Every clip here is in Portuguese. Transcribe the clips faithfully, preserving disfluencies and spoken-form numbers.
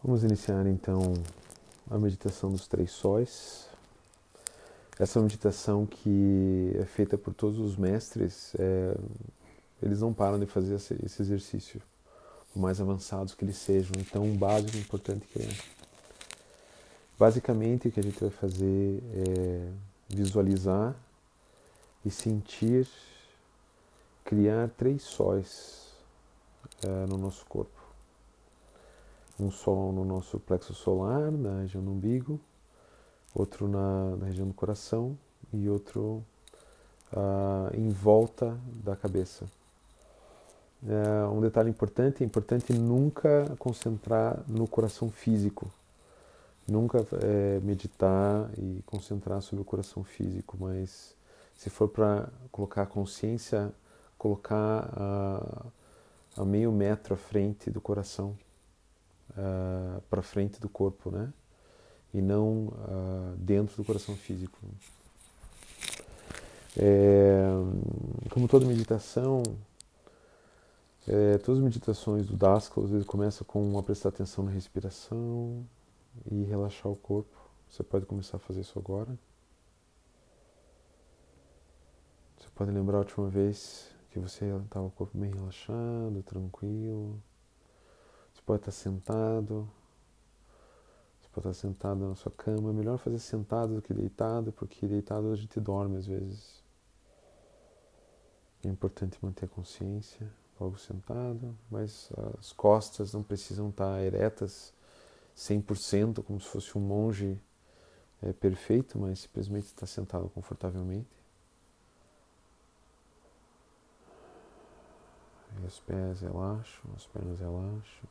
Vamos iniciar então a meditação dos três sóis. Essa meditação que é feita por todos os mestres, é, eles não param de fazer esse, esse exercício, por mais avançados que eles sejam. Então, o básico, importante que é. Basicamente, o que a gente vai fazer é visualizar e sentir, criar três sóis é, no nosso corpo. Um sol no nosso plexo solar, na região do umbigo, outro na, na região do coração e outro uh, em volta da cabeça. Uh, um detalhe importante, é importante nunca concentrar no coração físico, nunca é, meditar e concentrar sobre o coração físico, mas se for para colocar a consciência, colocar a, a meio metro à frente do coração, uh, para frente do corpo, né? E não uh, dentro do coração físico. É, como toda meditação, é, todas as meditações do Daskal, ele começa com a prestar atenção na respiração e relaxar o corpo. Você pode começar a fazer isso agora. Você pode lembrar a última vez que você estava com o corpo bem relaxado, tranquilo. Você pode estar sentado. Pode estar sentado na sua cama. É melhor fazer sentado do que deitado, porque deitado a gente dorme às vezes. É importante manter a consciência logo sentado, mas as costas não precisam estar eretas cem por cento, como se fosse um monge é, perfeito, mas simplesmente estar sentado confortavelmente. E os pés relaxam, as pernas relaxam.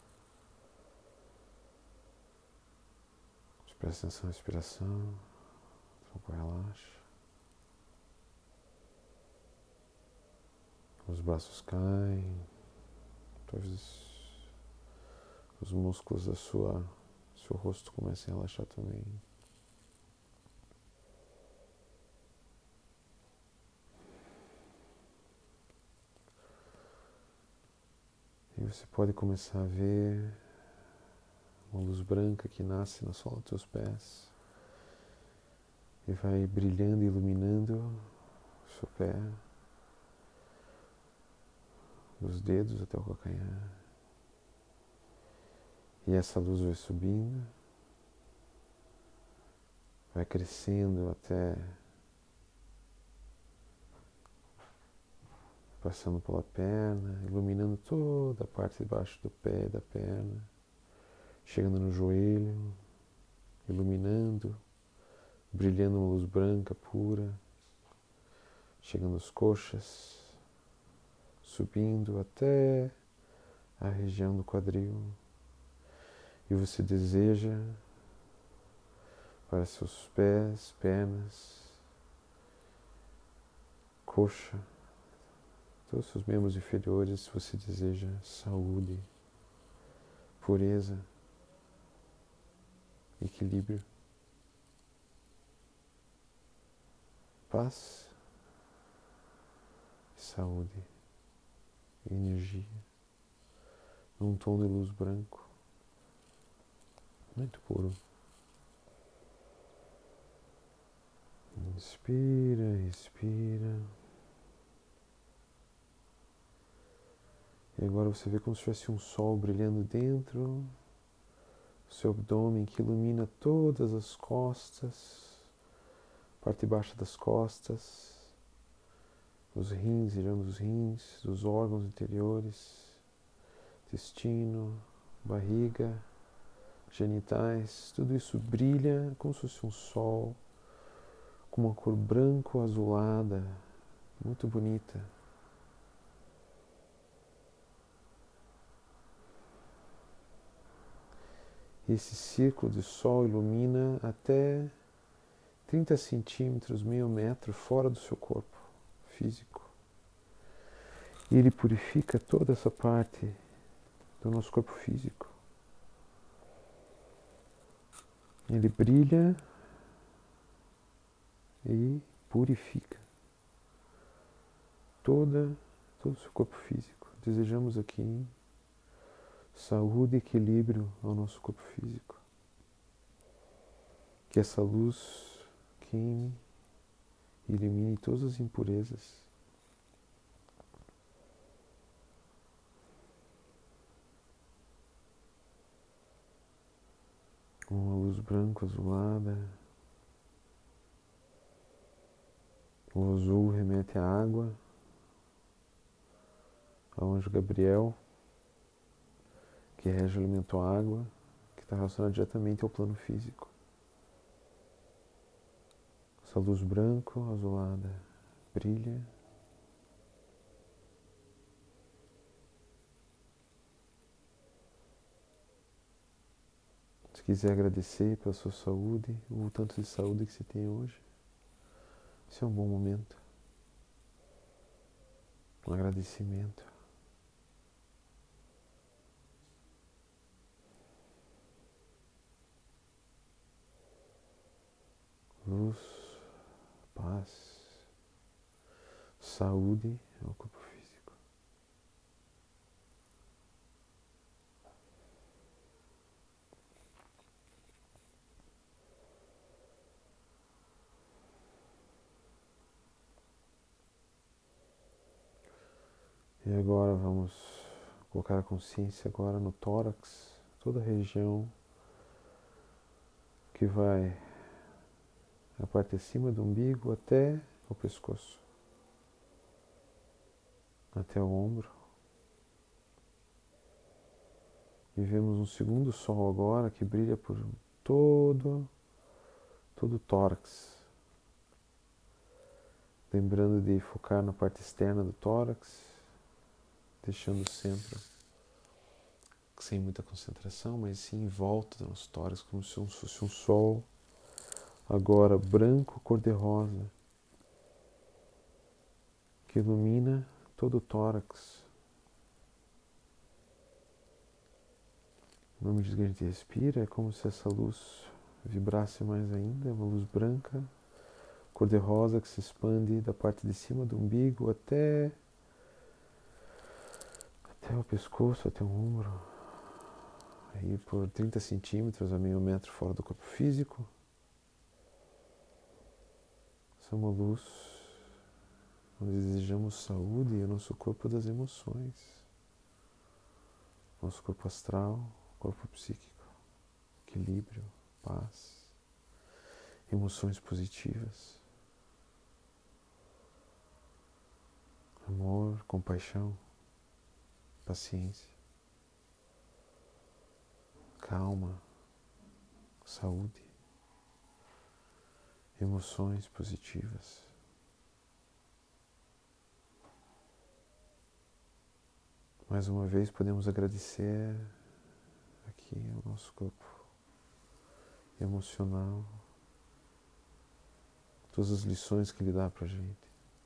Presta atenção na respiração, o tronco relaxa. Os braços caem, talvez os músculos da sua seu rosto comecem a relaxar também. E você pode começar a ver uma luz branca que nasce na sola dos seus pés e vai brilhando e iluminando o seu pé, dos dedos até o calcanhar. E essa luz vai subindo, vai crescendo até passando pela perna, iluminando toda a parte de baixo do pé e da perna, chegando no joelho, iluminando, brilhando uma luz branca pura, chegando às coxas, subindo até a região do quadril. E você deseja para seus pés, pernas, coxa, todos os seus membros inferiores, você deseja saúde, pureza, equilíbrio, paz, saúde e energia, num tom de luz branco, muito puro. Inspira, expira. E agora você vê como se tivesse um sol brilhando dentro do seu abdômen, que ilumina todas as costas, parte baixa das costas, os rins, região dos rins, dos órgãos interiores, intestino, barriga, genitais, tudo isso brilha como se fosse um sol, com uma cor branco-azulada, muito bonita. E esse círculo de sol ilumina até trinta centímetros, meio metro fora do seu corpo físico. E ele purifica toda essa parte do nosso corpo físico. Ele brilha e purifica toda, todo o seu corpo físico. Desejamos aqui saúde e equilíbrio ao nosso corpo físico. Que essa luz queime e elimine todas as impurezas. Uma luz branca azulada. O azul remete à água, ao anjo Gabriel, que rege o elemento água, que está relacionado diretamente ao plano físico. Essa luz branca azulada brilha. Se quiser agradecer pela sua saúde, o tanto de saúde que você tem hoje, esse é um bom momento. Um agradecimento. Luz, paz, saúde ao corpo físico. E agora vamos colocar a consciência agora no tórax, toda a região que vai a parte de cima do umbigo até o pescoço, até o ombro. E vemos um segundo sol agora que brilha por todo, todo o tórax. Lembrando de focar na parte externa do tórax, deixando o centro sem muita concentração, mas sim em volta do nosso tórax, como se fosse um sol agora branco, cor-de-rosa, que ilumina todo o tórax. Na medida que a gente respira, é como se essa luz vibrasse mais ainda, é uma luz branca, cor-de-rosa, que se expande da parte de cima do umbigo até, até o pescoço, até o ombro, aí por trinta centímetros a meio metro fora do corpo físico. Essa é uma luz onde desejamos saúde e o nosso corpo das emoções, nosso corpo astral, corpo psíquico, equilíbrio, paz, emoções positivas, amor, compaixão, paciência, calma, saúde, emoções positivas. Mais uma vez podemos agradecer aqui ao nosso corpo emocional, todas as lições que ele dá pra gente.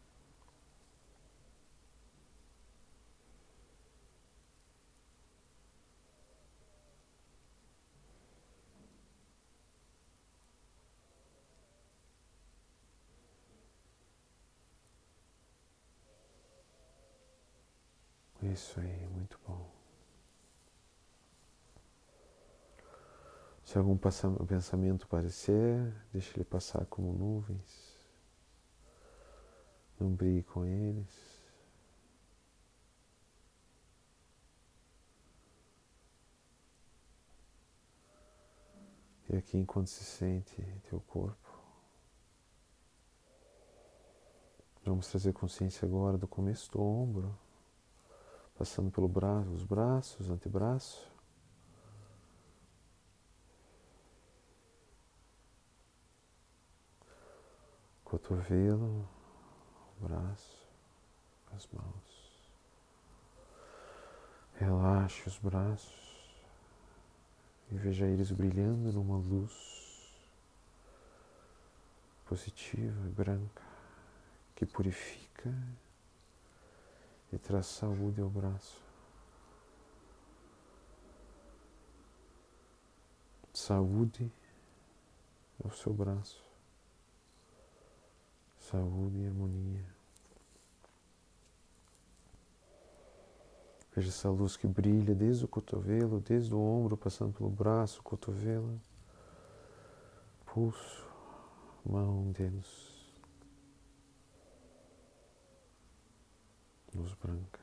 Isso aí, muito bom. Se algum pensamento aparecer, deixe ele passar como nuvens. Não brigue com eles. E aqui, enquanto se sente teu corpo, vamos trazer consciência agora do começo do ombro, passando pelo braço, os braços, antebraço, cotovelo, braço, as mãos. Relaxe os braços e veja eles brilhando numa luz positiva e branca que purifica e traz saúde ao braço. Saúde ao seu braço. Saúde e harmonia. Veja essa luz que brilha desde o cotovelo, desde o ombro, passando pelo braço, cotovelo, pulso, mão, dedos. Luz branca.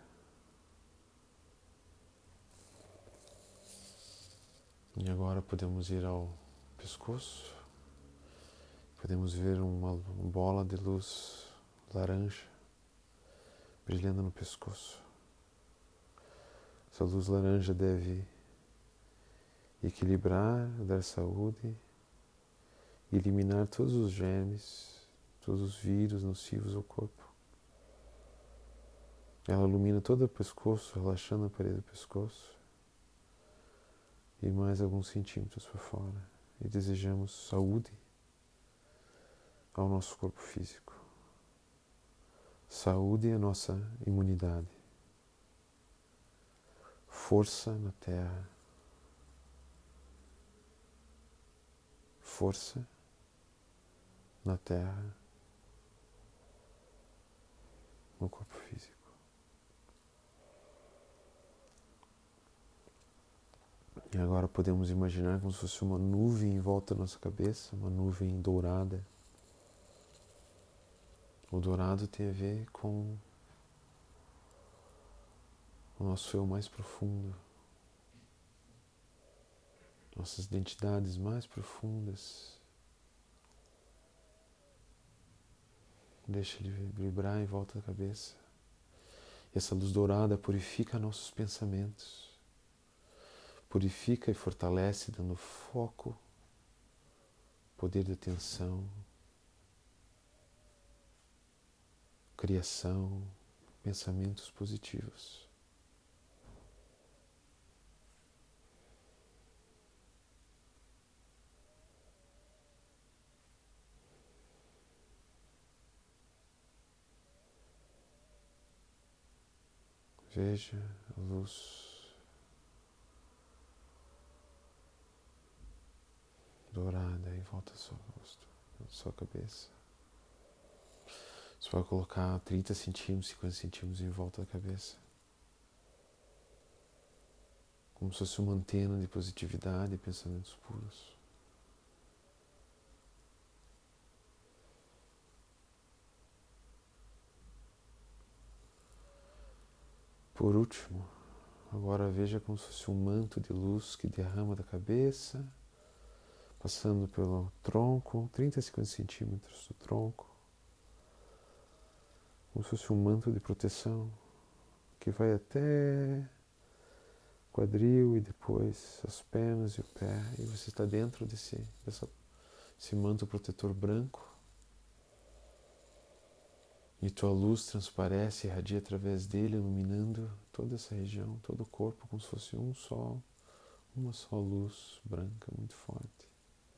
E agora podemos ir ao pescoço. Podemos ver uma bola de luz laranja brilhando no pescoço. Essa luz laranja deve equilibrar, dar saúde, eliminar todos os germes, todos os vírus nocivos ao corpo. Ela ilumina todo o pescoço, relaxando a parede do pescoço e mais alguns centímetros para fora. E desejamos saúde ao nosso corpo físico. Saúde à nossa imunidade. Força na terra. Força na terra, no corpo físico. E agora podemos imaginar como se fosse uma nuvem em volta da nossa cabeça, uma nuvem dourada. O dourado tem a ver com o nosso eu mais profundo, nossas identidades mais profundas. Deixa ele vibrar em volta da cabeça. E essa luz dourada purifica nossos pensamentos. Purifica e fortalece, dando foco, poder de atenção, criação, pensamentos positivos. Veja a luz dourada em volta do seu rosto, da sua cabeça. Você vai colocar trinta centímetros, cinquenta centímetros em volta da cabeça. Como se fosse uma antena de positividade e pensamentos puros. Por último, agora veja como se fosse um manto de luz que derrama da cabeça, passando pelo tronco, trinta a cinquenta centímetros do tronco, como se fosse um manto de proteção que vai até quadril e depois as pernas e o pé, e você está dentro desse, dessa, desse manto protetor branco. E tua luz transparece e irradia através dele, iluminando toda essa região, todo o corpo, como se fosse um só, uma só luz branca muito forte.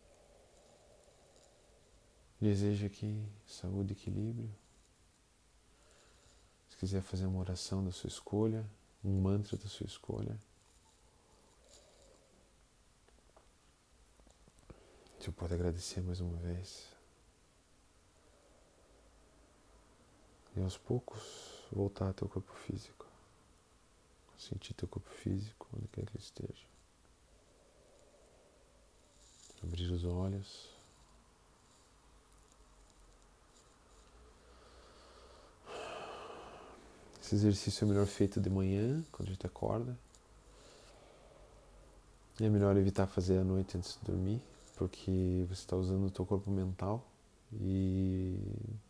Deseja aqui saúde e equilíbrio. Se quiser fazer uma oração da sua escolha, um mantra da sua escolha, você pode agradecer mais uma vez. E aos poucos voltar ao teu corpo físico. Sentir teu corpo físico, onde quer que ele esteja. Abrir os olhos. Esse exercício é melhor feito de manhã, quando a gente acorda. E é melhor evitar fazer à noite antes de dormir, porque você está usando o teu corpo mental e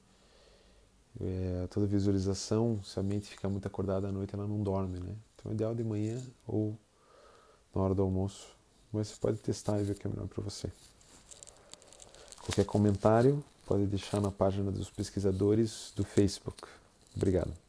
É, toda visualização, se a mente ficar muito acordada à noite, ela não dorme, né? Então é ideal de manhã ou na hora do almoço. Mas você pode testar e ver o que é melhor para você. Qualquer comentário, pode deixar na página dos pesquisadores do Facebook. Obrigado.